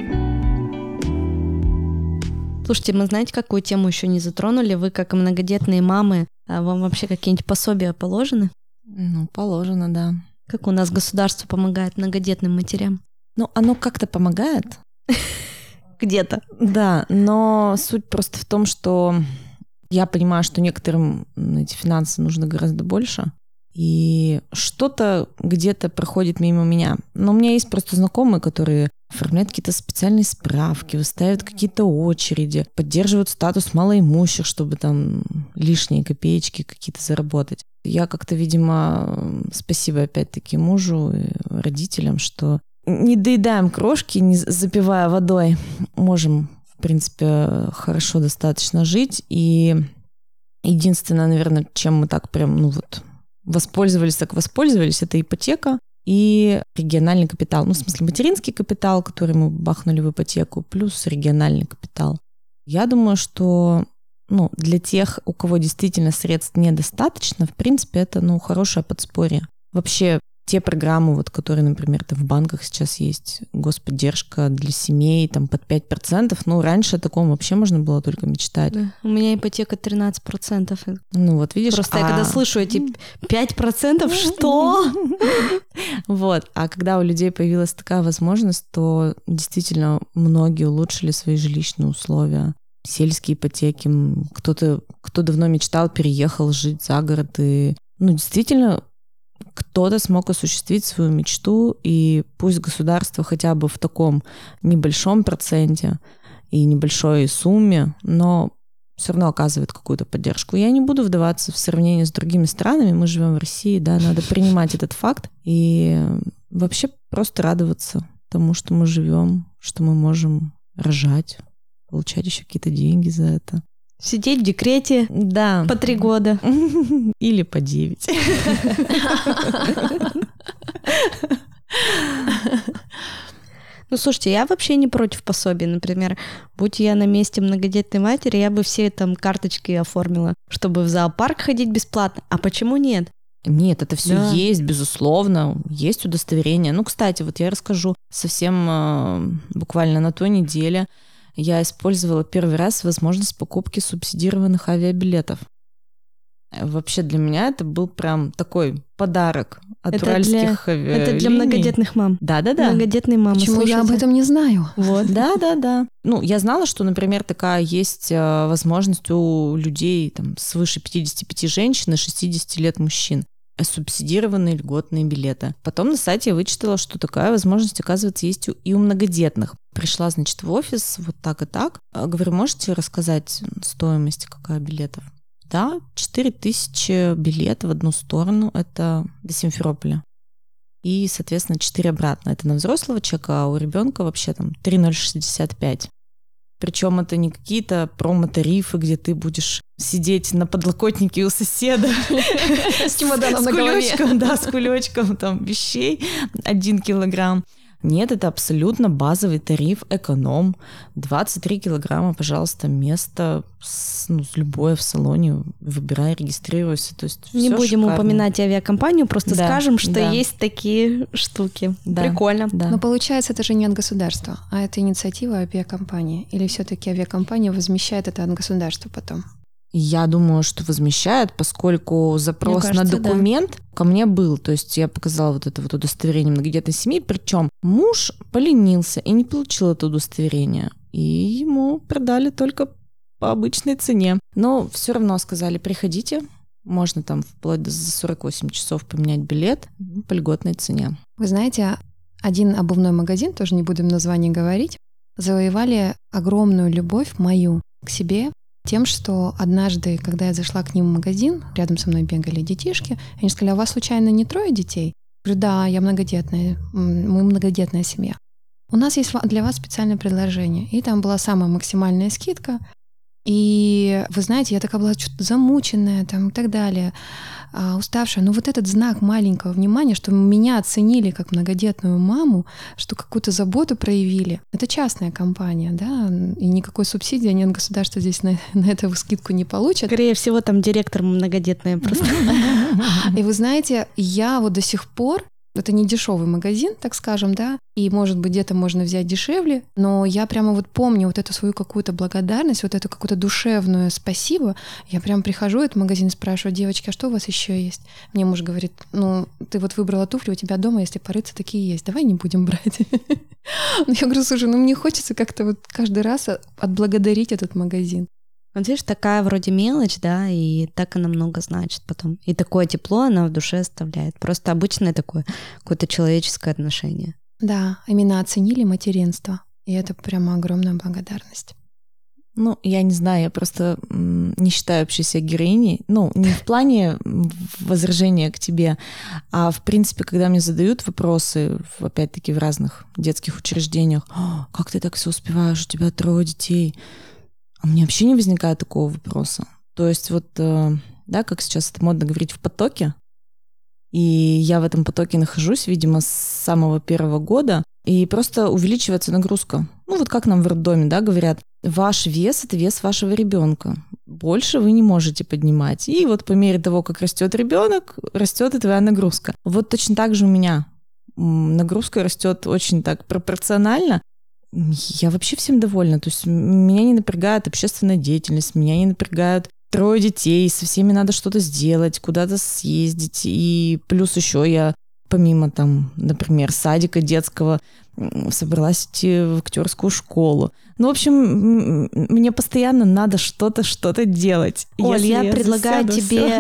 Слушайте, мы знаете, какую тему еще не затронули? Вы, как многодетные мамы, вам вообще какие-нибудь пособия положены? Ну, положено, да. Как у нас государство помогает многодетным матерям? Ну, оно как-то помогает. Где-то. Да, но суть просто в том, что я понимаю, что некоторым эти финансы нужно гораздо больше, и что-то где-то проходит мимо меня. Но у меня есть просто знакомые, которые оформляют какие-то специальные справки, выставляют какие-то очереди, поддерживают статус малоимущих, чтобы там лишние копеечки какие-то заработать. Я как-то, видимо, спасибо опять-таки мужу и родителям, что не доедаем крошки, не запивая водой. Можем, в принципе, хорошо достаточно жить. И единственное, наверное, чем мы так прям, воспользовались, это ипотека и региональный капитал. Ну, в смысле, материнский капитал, который мы бахнули в ипотеку, плюс региональный капитал. Я думаю, что для тех, у кого действительно средств недостаточно, в принципе, это, хорошее подспорье. Вообще, те программы, которые, например, в банках сейчас есть, господдержка для семей под 5%, раньше о таком вообще можно было только мечтать. Да. У меня ипотека 13%. Видишь. Просто я когда слышу эти 5%, что? А когда у людей появилась такая возможность, то действительно многие улучшили свои жилищные условия. Сельские ипотеки, кто давно мечтал, переехал жить за город. И, действительно, кто-то смог осуществить свою мечту, и пусть государство хотя бы в таком небольшом проценте и небольшой сумме, но все равно оказывает какую-то поддержку. Я не буду вдаваться в сравнение с другими странами, мы живем в России, да, надо принимать этот факт и вообще просто радоваться тому, что мы живем, что мы можем рожать, получать еще какие-то деньги за это. Сидеть в декрете, да, по 3 года. Или по 9. Слушайте, я вообще не против пособий. Например, будь я на месте многодетной матери, я бы все карточки оформила, чтобы в зоопарк ходить бесплатно. А почему нет? Нет, это все есть, безусловно, есть удостоверение. Кстати, я расскажу совсем буквально на той неделе. Я использовала первый раз возможность покупки субсидированных авиабилетов. Вообще для меня это был прям такой подарок от уральских авиалиний. Это для многодетных мам. Да-да-да. Многодетные мамы. Почему я об этом не знаю? Да-да-да. Я знала, что, например, такая есть возможность у людей свыше 55 женщин и 60 лет мужчин. субсидированные льготные билеты. Потом на сайте я вычитала, что такая возможность, оказывается, есть и у многодетных. Пришла, значит, в офис вот так и так. Говорю, можете рассказать стоимость какая билетов? Да, 4000 билетов в одну сторону, это до Симферополя. И, соответственно, 4 обратно. Это на взрослого человека, а у ребенка вообще там 3065. Причем это не какие-то промо-тарифы, где ты будешь сидеть на подлокотнике у соседа с чемоданом на голове. Да, с кулечком там вещей 1 килограмм. Нет, это абсолютно базовый тариф, эконом. 23 килограмма, пожалуйста, место любое в салоне. Выбирай, регистрируйся. То есть не будем шикарно. Упоминать авиакомпанию, просто скажем, что да. есть такие штуки. Да. Прикольно. Да. Но получается, это же не от государства, а это инициатива авиакомпании. Или все-таки авиакомпания возмещает это от государства потом? Я думаю, что возмещает, поскольку запрос на документ ко мне был. То есть я показала вот это вот удостоверение многодетной семьи, причем муж поленился и не получил это удостоверение. И ему продали только по обычной цене. Но все равно сказали, приходите, можно там вплоть до 48 часов поменять билет по льготной цене. Вы знаете, один обувной магазин, тоже не будем название говорить, завоевали огромную любовь мою к себе тем, что однажды, когда я зашла к ним в магазин, рядом со мной бегали детишки, они сказали, а у вас случайно не 3 детей? Я говорю, да, я многодетная, мы многодетная семья. У нас есть для вас специальное предложение. И там была самая максимальная скидка. И вы знаете, я такая была что-то замученная там, и так далее, уставшая. Но вот этот знак маленького внимания, что меня оценили как многодетную маму, что какую-то заботу проявили. Это частная компания, да, и никакой субсидии они от государства здесь на эту скидку не получат. Скорее всего, там директор многодетная просто. И вы знаете, я вот до сих пор, это не дешевый магазин, так скажем, да, и, может быть, где-то можно взять дешевле, но я прямо вот помню вот эту свою какую-то благодарность, вот эту какую-то душевную спасибо. Я прям прихожу в этот магазин и спрашиваю, девочки, а что у вас еще есть? Мне муж говорит, ты вот выбрала туфли, у тебя дома, если порыться, такие есть, давай не будем брать. Я говорю, слушай, мне хочется как-то вот каждый раз отблагодарить этот магазин. Вот видишь, такая вроде мелочь, да, и так она много значит потом. И такое тепло она в душе оставляет. Просто обычное такое какое-то человеческое отношение. Да, именно оценили материнство. И это прямо огромная благодарность. Я не знаю, я просто не считаю вообще себя героиней. Не в плане возражения к тебе, а в принципе, когда мне задают вопросы, опять-таки в разных детских учреждениях, как ты так все успеваешь, у тебя 3 детей. А мне вообще не возникает такого вопроса. То есть да, как сейчас это модно говорить, в потоке. И я в этом потоке нахожусь, видимо, с самого 1 года. И просто увеличивается нагрузка. Вот как нам в роддоме, да, говорят, ваш вес — это вес вашего ребенка. Больше вы не можете поднимать. И вот по мере того, как растет ребенок, растет и твоя нагрузка. Вот точно так же у меня. Нагрузка растет очень так пропорционально. Я вообще всем довольна. То есть меня не напрягает общественная деятельность, меня не напрягают 3 детей, со всеми надо что-то сделать, куда-то съездить. И плюс еще я, помимо там, например, садика детского, собралась идти в актерскую школу. В общем, мне постоянно надо что-то делать. Оль, я предлагаю тебе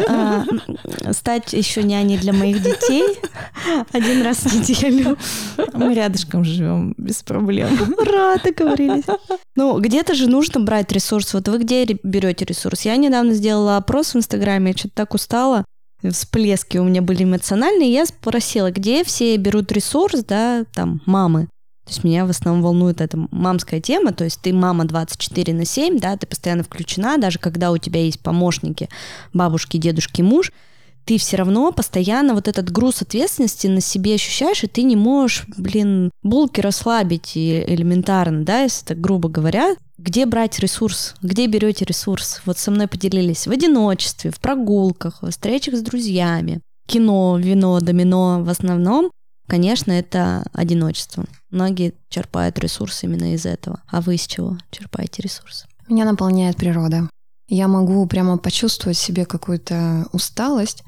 стать еще няней для моих детей 1 раз в неделю. Мы рядышком живем, без проблем. Ура, договорились. Где-то же нужно брать ресурс. Вот вы где берете ресурс? Я недавно сделала опрос в Инстаграме, я что-то так устала. Всплески у меня были эмоциональные. Я спросила, где все берут ресурс, да, там, мамы. То есть меня в основном волнует эта мамская тема, то есть ты мама 24/7, да, ты постоянно включена, даже когда у тебя есть помощники, бабушки, дедушки, муж, ты все равно постоянно вот этот груз ответственности на себе ощущаешь, и ты не можешь, булки расслабить элементарно, да, если так грубо говоря. Где брать ресурс? Где берете ресурс? Вот со мной поделились в одиночестве, в прогулках, в встречах с друзьями. Кино, вино, домино в основном, конечно, это одиночество. Многие черпают ресурсы именно из этого. А вы из чего черпаете ресурсы? Меня наполняет природа. Я могу прямо почувствовать в себе какую-то усталость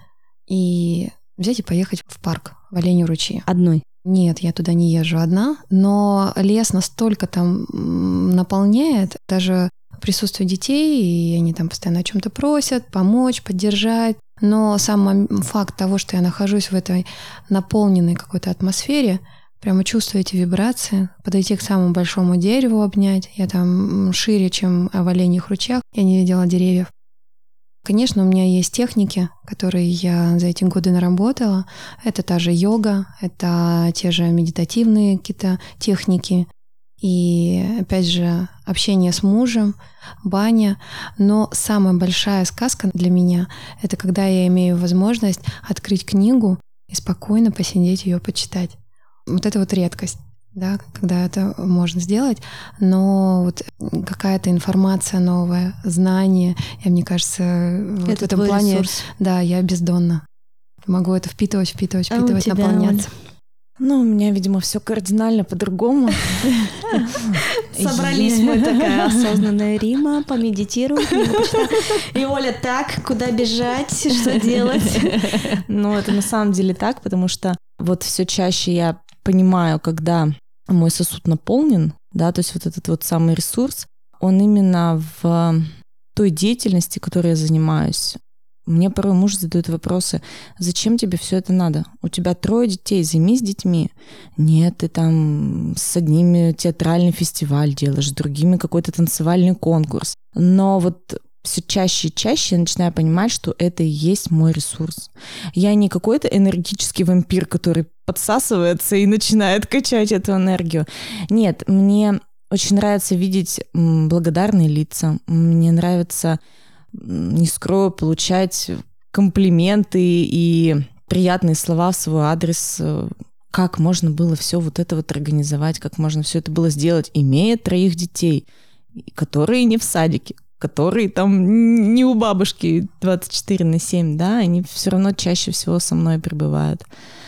и взять и поехать в парк, в Оленьи ручьи. Одной? Нет, я туда не езжу одна, но лес настолько там наполняет, даже присутствие детей, и они там постоянно о чем-то просят, помочь, поддержать. Но сам факт того, что я нахожусь в этой наполненной какой-то атмосфере, прямо чувствую эти вибрации, подойти к самому большому дереву, обнять. Я там шире, чем в оленьих ручьях, я не видела деревьев. Конечно, у меня есть техники, которые я за эти годы наработала. Это та же йога, это те же медитативные какие-то техники. И, опять же, общение с мужем, баня. Но самая большая сказка для меня — это когда я имею возможность открыть книгу и спокойно посидеть ее почитать. Вот это вот редкость, да, когда это можно сделать, но вот какая-то информация новая, знание, мне кажется, вот это в этом плане, ресурс. Да, я бездонна. Могу это впитывать, наполняться. Ну, у меня, видимо, все кардинально по-другому. Собрались мы, такая осознанная Рима, помедитируем. И Оля, так, куда бежать, что делать? Ну, это на самом деле так, потому что вот все чаще я понимаю, когда мой сосуд наполнен, да, то есть вот этот вот самый ресурс, он именно в той деятельности, которой я занимаюсь. Мне порой муж задает вопросы: зачем тебе все это надо? У тебя 3 детей, займись детьми. Нет, ты там с одними театральный фестиваль делаешь, с другими какой-то танцевальный конкурс. Но вот все чаще и чаще я начинаю понимать, что это и есть мой ресурс. Я не какой-то энергетический вампир, который подсасывается и начинает качать эту энергию. Нет, мне очень нравится видеть благодарные лица. Мне нравится, не скрою, получать комплименты и приятные слова в свой адрес. Как можно было все вот это вот организовать, как можно все это было сделать, имея 3 детей, которые не в садике, которые там не у бабушки 24/7, да, они все равно чаще всего со мной пребывают.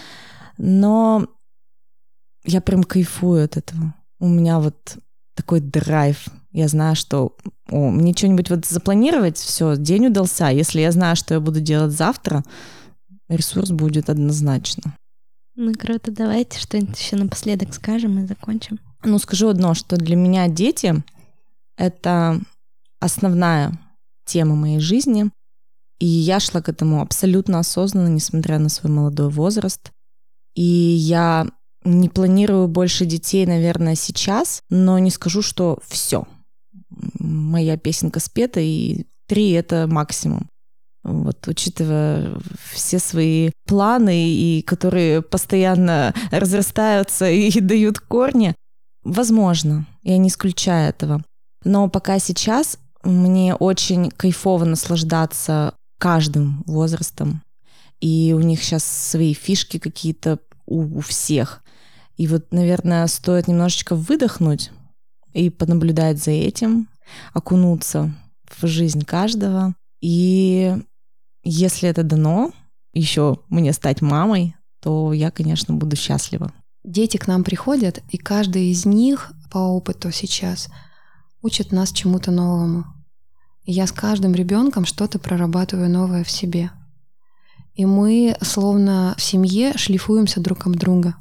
Но я прям кайфую от этого. У меня вот такой драйв. Я знаю, что мне что-нибудь вот запланировать, все, день удался. Если я знаю, что я буду делать завтра, ресурс будет однозначно. Ну, круто. Давайте что-нибудь еще напоследок скажем и закончим. Ну, скажу одно, что для меня дети — это основная тема моей жизни. И я шла к этому абсолютно осознанно, несмотря на свой молодой возраст. И я не планирую больше детей, наверное, сейчас, но не скажу, что все. Моя песенка спета, и 3 — это максимум. Вот, учитывая все свои планы, и которые постоянно разрастаются и дают корни, возможно, я не исключаю этого. Но пока сейчас мне очень кайфово наслаждаться каждым возрастом. И у них сейчас свои фишки какие-то у всех. И вот, наверное, стоит немножечко выдохнуть и понаблюдать за этим, окунуться в жизнь каждого. И если это дано еще мне стать мамой, то я, конечно, буду счастлива. Дети к нам приходят, и каждый из них по опыту сейчас учит нас чему-то новому. И я с каждым ребенком что-то прорабатываю новое в себе. И мы словно в семье шлифуемся друг об друга.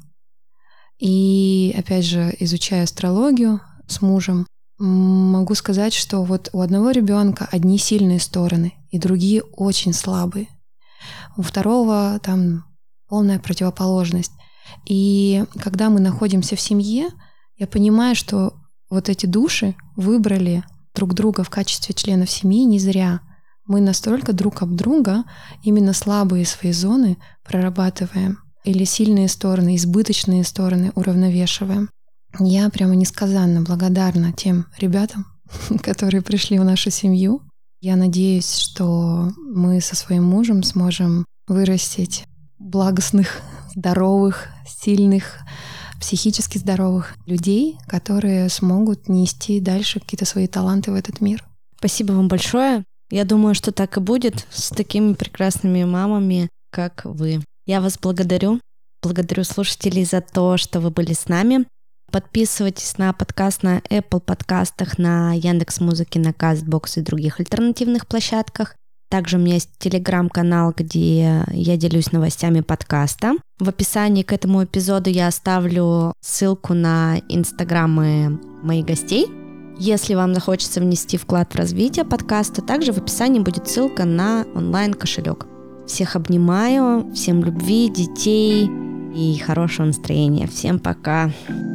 И опять же, изучая астрологию с мужем, могу сказать, что вот у одного ребенка одни сильные стороны, и другие очень слабые. У второго там полная противоположность. И когда мы находимся в семье, я понимаю, что вот эти души выбрали друг друга в качестве членов семьи не зря. Мы настолько друг об друга именно слабые свои зоны прорабатываем или сильные стороны, избыточные стороны уравновешиваем. Я прямо несказанно благодарна тем ребятам, которые пришли в нашу семью. Я надеюсь, что мы со своим мужем сможем вырастить благостных, здоровых, сильных, психически здоровых людей, которые смогут нести дальше какие-то свои таланты в этот мир. Спасибо вам большое. Я думаю, что так и будет с такими прекрасными мамами, как вы. Я вас благодарю. Благодарю слушателей за то, что вы были с нами. Подписывайтесь на подкаст на Apple подкастах, на Яндекс.Музыке, на Castbox и других альтернативных площадках. Также у меня есть телеграм-канал, где я делюсь новостями подкаста. В описании к этому эпизоду я оставлю ссылку на инстаграмы моих гостей. Если вам захочется внести вклад в развитие подкаста, также в описании будет ссылка на онлайн-кошелек. Всех обнимаю, всем любви, детей и хорошего настроения. Всем пока!